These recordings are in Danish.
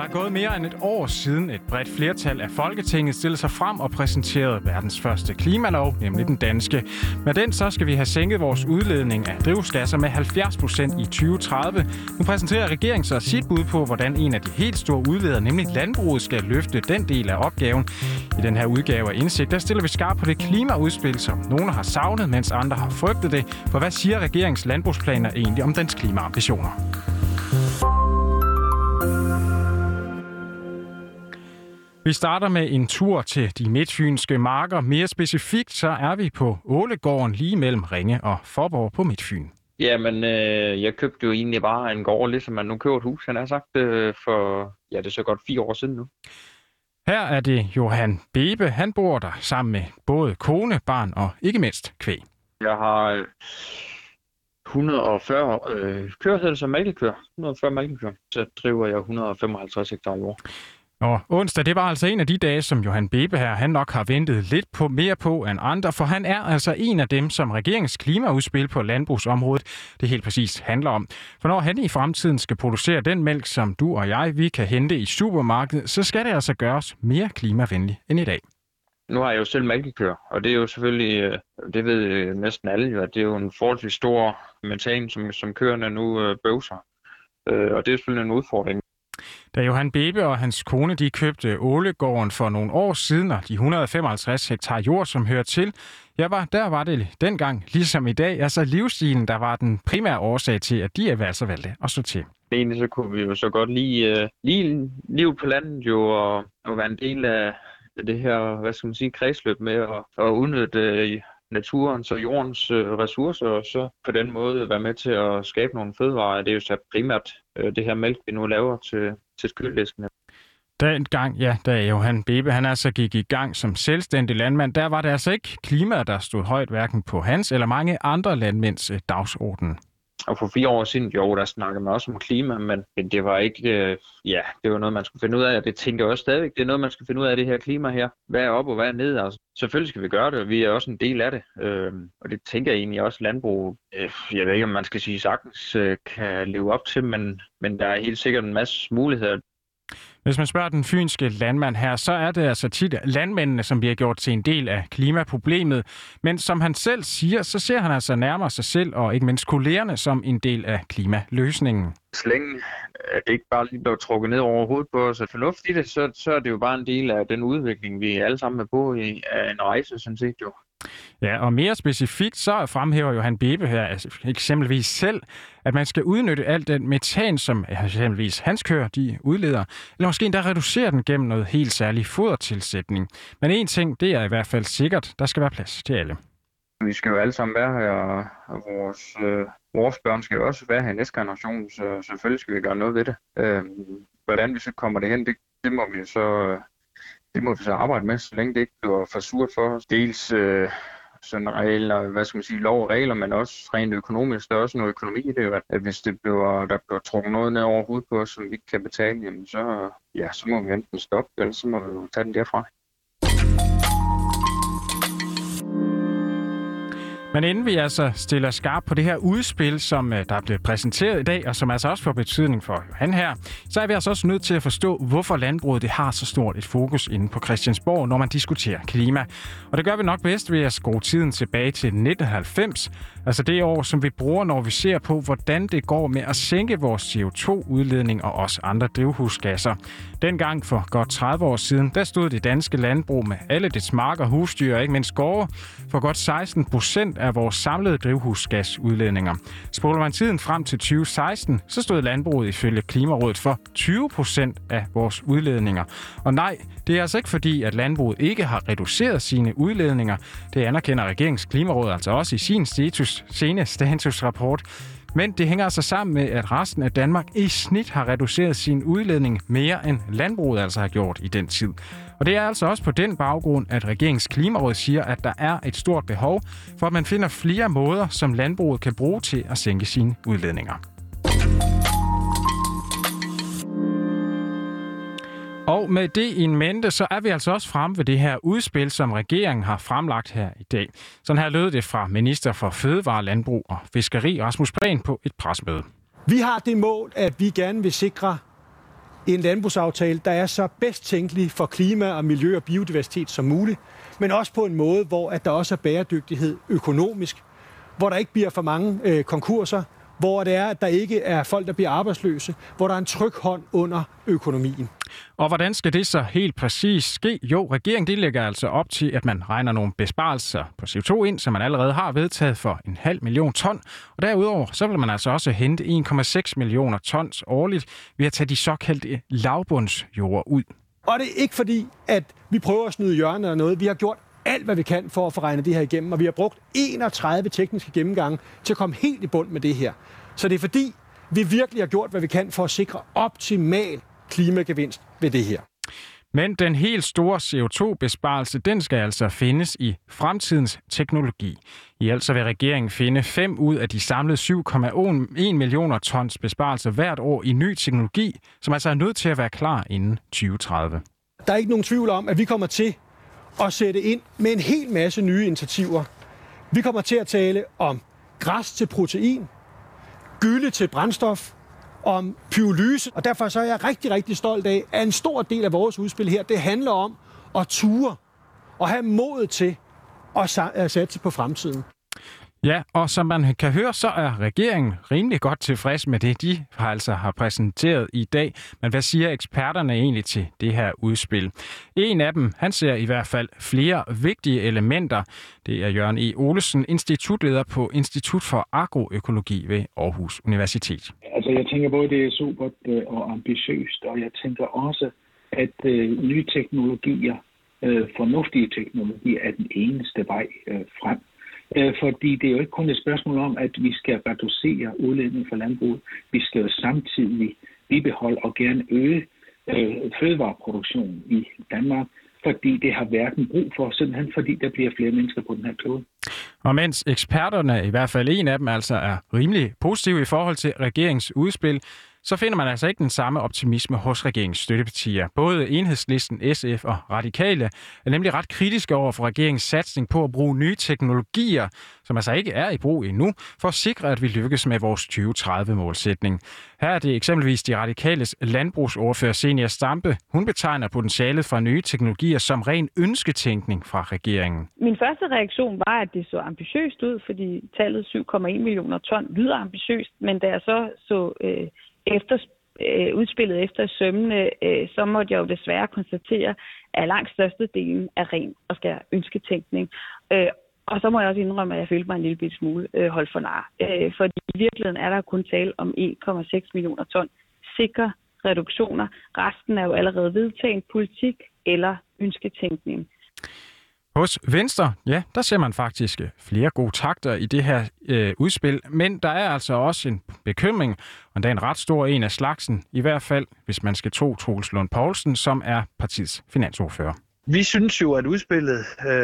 gået mere end et år siden et bredt flertal af Folketinget stillede sig frem og præsenterede verdens første klimalov, nemlig den danske. Med den så skal vi have sænket vores udledning af drivhusgasser med 70% i 2030. Nu præsenterer regeringen så sit bud på, hvordan en af de helt store udledere, nemlig landbruget, skal løfte den del af opgaven. I den her udgave af Indsigt, der stiller vi skarpt på det klimaudspil, som nogle har savnet, mens andre har frygtet det. For hvad siger regeringens landbrugsplaner egentlig om dens klimaambitioner? Vi starter med en tur til de midtfynske marker. Mere specifikt så er vi på Ålegården lige mellem Ringe og Fåborg på Midtfyn. Jamen, jeg købte jo egentlig bare en gård, ligesom man nu køber et hus, han har sagt, for det er så godt 4 år siden nu. Her er det Johan Bebe. Han bor der sammen med både kone, barn og ikke mindst kvæg. Jeg har 140 køer, hedder det så mælkekøer. 140 mælkekøer. Så driver jeg 155 hektar jord. Og onsdag, det var altså en af de dage, som Johan Bebe her, han nok har ventet lidt mere på end andre, for han er altså en af dem, som regeringens klimaudspil på landbrugsområdet, det helt præcis handler om. For når han i fremtiden skal producere den mælk, som du og jeg, vi kan hente i supermarkedet, så skal det altså gøres mere klimavenligt end i dag. Nu har jeg jo selv mælkekøer, og det er jo selvfølgelig, det ved næsten alle jo, at det er jo en forholdsvis stor metan, som køerne nu bøvser. Og det er selvfølgelig en udfordring. Da Johan Bebe og hans kone de købte Ålegården for nogle år siden, og de 155 hektar jord, som hører til, der var det dengang, ligesom i dag, altså livsstilen, der var den primære årsag til, at de altså valgte at stå til. Egentlig så kunne vi jo så godt lide livet på landet jo, og være en del af det her, kredsløb med at udnytte naturens og jordens ressourcer, og så på den måde være med til at skabe nogle fødevarer. Det er jo så primært det her mælk, vi nu laver til skyldlisten. Da Johan Bebe han altså gik i gang som selvstændig landmand, der var det altså ikke klimaet, der stod højt hverken på hans eller mange andre landmænds dagsorden. Og for 4 år siden, der snakkede man også om klima, men det var ikke, det var noget, man skulle finde ud af, og det tænker jeg også stadigvæk, det er noget, man skal finde ud af, det her klima her. Hvad er op og hvad er ned? Altså, selvfølgelig skal vi gøre det, og vi er også en del af det, og det tænker jeg egentlig også landbrug, jeg ved ikke, om man skal sige sagtens, kan leve op til, men der er helt sikkert en masse muligheder. Hvis man spørger den fynske landmand her, så er det altså tit landmændene, som bliver gjort til en del af klimaproblemet. Men som han selv siger, så ser han altså nærmere sig selv og ikke mindst kollegerne som en del af klimaløsningen. Så længe det ikke bare lige bliver trukket ned over hovedet på os og fornuft i det, så er det jo bare en del af den udvikling, vi alle sammen er på i af en rejse, sådan set jo. Ja, og mere specifikt så fremhæver Johan Bebe her eksempelvis selv, at man skal udnytte al den metan, som eksempelvis hans køer de udleder, eller måske endda reducere den gennem noget helt særlig fodertilsætning. Men en ting, det er i hvert fald sikkert, der skal være plads til alle. Vi skal jo alle sammen være her, og vores børn skal jo også være her i næste generation, så selvfølgelig skal vi gøre noget ved det. Hvordan vi så kommer det hen, det må vi så... Det må vi så arbejde med, så længe det ikke bliver for surt for os. Dels sådan regler, lov og regler, men også rent økonomisk. Der er også noget økonomi i det, at hvis der bliver trukket noget ned over hovedet på os, som vi ikke kan betale, jamen så må vi enten stoppe, eller så må vi jo tage den derfra. Men inden vi altså stiller skarp på det her udspil, som der er blevet præsenteret i dag, og som altså også får betydning for Johan her, så er vi altså også nødt til at forstå, hvorfor landbruget det har så stort et fokus inde på Christiansborg, når man diskuterer klima. Og det gør vi nok bedst ved at skrue tiden tilbage til 1990, altså det år, som vi bruger, når vi ser på, hvordan det går med at sænke vores CO2-udledning og også andre drivhusgasser. Dengang for godt 30 år siden, der stod det danske landbrug med alle dets marker, husdyr og ikke mindst gårde for godt 16% af vores samlede drivhusgasudledninger. Spoler man tiden frem til 2016, så stod landbruget ifølge Klimarådet for 20% af vores udledninger. Og nej, det er altså ikke fordi, at landbruget ikke har reduceret sine udledninger. Det anerkender regeringens Klimaråd altså også i sin statusrapport. Men det hænger altså sammen med, at resten af Danmark i snit har reduceret sin udledning mere end landbruget altså har gjort i den tid. Og det er altså også på den baggrund, at regeringens Klimaråd siger, at der er et stort behov for, at man finder flere måder, som landbruget kan bruge til at sænke sine udledninger. Og med det in mente, så er vi altså også fremme ved det her udspil, som regeringen har fremlagt her i dag. Sådan her lød det fra minister for Fødevare, Landbrug og Fiskeri, Rasmus Prehn, på et pressemøde. Vi har det mål, at vi gerne vil sikre en landbrugsaftale, der er så bedst tænkelig for klima og miljø og biodiversitet som muligt, men også på en måde, hvor at der også er bæredygtighed økonomisk, hvor der ikke bliver for mange konkurser, hvor det er, at der ikke er folk, der bliver arbejdsløse, hvor der er en tryg hånd under økonomien. Og hvordan skal det så helt præcis ske? Jo, regeringen lægger altså op til, at man regner nogle besparelser på CO2 ind, som man allerede har vedtaget for 500.000 ton. Og derudover så vil man altså også hente 1,6 millioner tons årligt ved at tage de såkaldte lavbundsjorder ud. Og det er ikke fordi, at vi prøver at snyde hjørnet eller noget. Vi har gjort alt, hvad vi kan for at få regnet det her igennem, og vi har brugt 31 tekniske gennemgange til at komme helt i bund med det her. Så det er fordi, vi virkelig har gjort, hvad vi kan for at sikre optimal klimagevinst ved det her. Men den helt store CO2-besparelse, den skal altså findes i fremtidens teknologi. I alt så vil regeringen finde 5 ud af de samlede 7,1 millioner tons besparelser hvert år i ny teknologi, som altså er nødt til at være klar inden 2030. Der er ikke nogen tvivl om, at vi kommer til at sætte ind med en hel masse nye initiativer. Vi kommer til at tale om græs til protein, gylle til brændstof, om pyrolyse. Og derfor så er jeg rigtig, rigtig stolt af, at en stor del af vores udspil her, det handler om at ture og have modet til at satse på fremtiden. Ja, og som man kan høre, så er regeringen rimelig godt tilfreds med det, de har præsenteret i dag. Men hvad siger eksperterne egentlig til det her udspil? En af dem, han ser i hvert fald flere vigtige elementer. Det er Jørgen E. Olesen, institutleder på Institut for Agroøkologi ved Aarhus Universitet. Altså, jeg tænker både, det er super og ambitiøst, og jeg tænker også, at nye teknologier, fornuftige teknologier, er den eneste vej frem. Fordi det er jo ikke kun et spørgsmål om, at vi skal reducere udledningen fra landbruget. Vi skal jo samtidig bibeholde og gerne øge fødevareproduktionen i Danmark, fordi det har verden brug for, simpelthen fordi der bliver flere mennesker på den her klode. Og mens eksperterne, i hvert fald en af dem, altså er rimelig positive i forhold til regeringens udspil, så finder man altså ikke den samme optimisme hos regeringens støttepartier. Både Enhedslisten, SF og Radikale er nemlig ret kritiske over for regeringens satsning på at bruge nye teknologier, som altså ikke er i brug endnu, for at sikre, at vi lykkes med vores 2030-målsætning. Her er det eksempelvis de radikales landbrugsordfører Zenia Stampe. Hun betegner potentialet fra nye teknologier som ren ønsketænkning fra regeringen. Min første reaktion var, at det så ambitiøst ud, fordi tallet 7,1 millioner ton lyder ambitiøst, men da jeg så udspillet efter sømmene, så måtte jeg jo desværre konstatere, at langt størstedelen er ren og skær ønsketænkning. Og så må jeg også indrømme, at jeg følte mig en lille smule holdt for nar. Fordi i virkeligheden er der kun tale om 1,6 millioner ton sikre reduktioner. Resten er jo allerede vedtaget politik eller ønsketænkning. Hos Venstre, ja, der ser man faktisk flere gode takter i det her udspil, men der er altså også en bekymring, og der er en ret stor en af slagsen, i hvert fald hvis man skal tro Troels Lund Poulsen, som er partiets finansordfører. Vi synes jo, at udspillet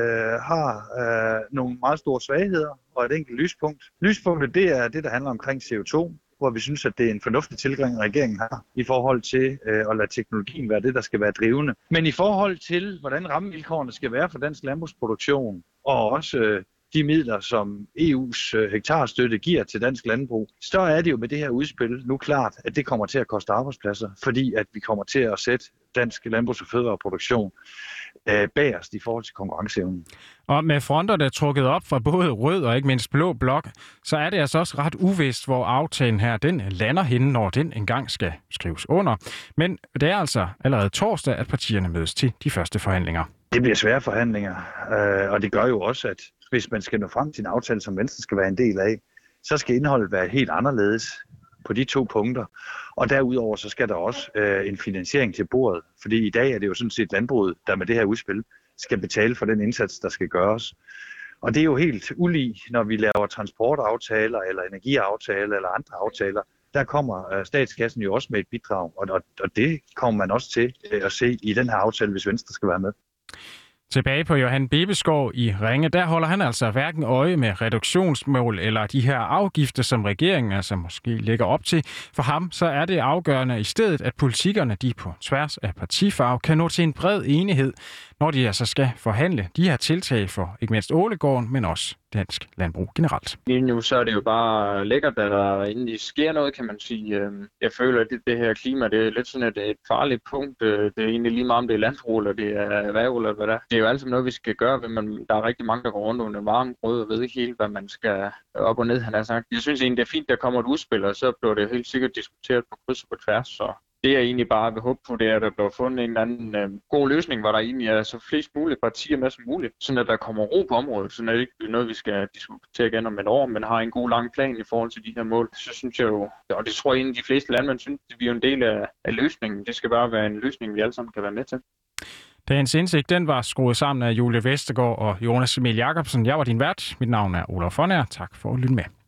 har nogle meget store svagheder og et enkelt lyspunkt. Lyspunktet, det er det, der handler omkring CO2, hvor vi synes, at det er en fornuftig tilgang, regeringen har i forhold til at lade teknologien være det, der skal være drivende. Men i forhold til, hvordan rammevilkårene skal være for dansk landbrugsproduktion, og også de midler, som EU's hektarstøtte giver til dansk landbrug, så er det jo med det her udspil nu klart, at det kommer til at koste arbejdspladser, fordi at vi kommer til at sætte dansk landbrugs- og fødevareproduktion bagerst i forhold til konkurrenceevnen. Og med fronterne trukket op fra både rød og ikke mindst blå blok, så er det altså også ret uvist, hvor aftalen her den lander henne, når den engang skal skrives under. Men det er altså allerede torsdag, at partierne mødes til de første forhandlinger. Det bliver svære forhandlinger, og det gør jo også, at hvis man skal nå frem til en aftale, som Venstre skal være en del af, så skal indholdet være helt anderledes på de 2 punkter. Og derudover så skal der også en finansiering til bordet, fordi i dag er det jo sådan set landbruget, der med det her udspil skal betale for den indsats, der skal gøres. Og det er jo helt ulig, når vi laver transportaftaler eller energiaftaler eller andre aftaler. Der kommer statskassen jo også med et bidrag, og det kommer man også til at se i den her aftale, hvis Venstre skal være med. Tilbage på Johan Bebeskov i Ringe, der holder han altså hverken øje med reduktionsmål eller de her afgifter, som regeringen altså måske lægger op til. For ham så er det afgørende i stedet, at politikerne de på tværs af partifarve kan nå til en bred enighed, når de altså skal forhandle de her tiltag for ikke mindst Ålegården, men også dansk landbrug generelt. Lige nu så er det jo bare lækkert, at der endelig sker noget, kan man sige. Jeg føler, at det her klima, det er lidt sådan et farligt punkt. Det er egentlig lige meget, om det er landbrug, eller det er erhverv, eller hvad det er. Det er jo altid noget, vi skal gøre, men der er rigtig mange, der går rundt under varme grød og ved ikke helt, hvad man skal op og ned, han har sagt. Jeg synes egentlig, det er fint, der kommer et udspil, og så bliver det helt sikkert diskuteret på kryds og på tværs, så det jeg egentlig bare vil håbe på, det er, at der bliver fundet en eller anden god løsning, hvor der egentlig er så flest mulige partier med som muligt, sådan at der kommer ro på området, sådan at det ikke er noget, vi skal diskutere igen om et år, men har en god lang plan i forhold til de her mål. Så synes jeg jo, og det tror jeg egentlig, de fleste landmænd synes, at vi er en del af løsningen. Det skal bare være en løsning, vi alle sammen kan være med til. Dagens indsigt, den var skruet sammen af Julie Vestergaard og Jonas Emil Jacobsen. Jeg var din vært. Mit navn er Olaf Fonær. Tak for at lytte med.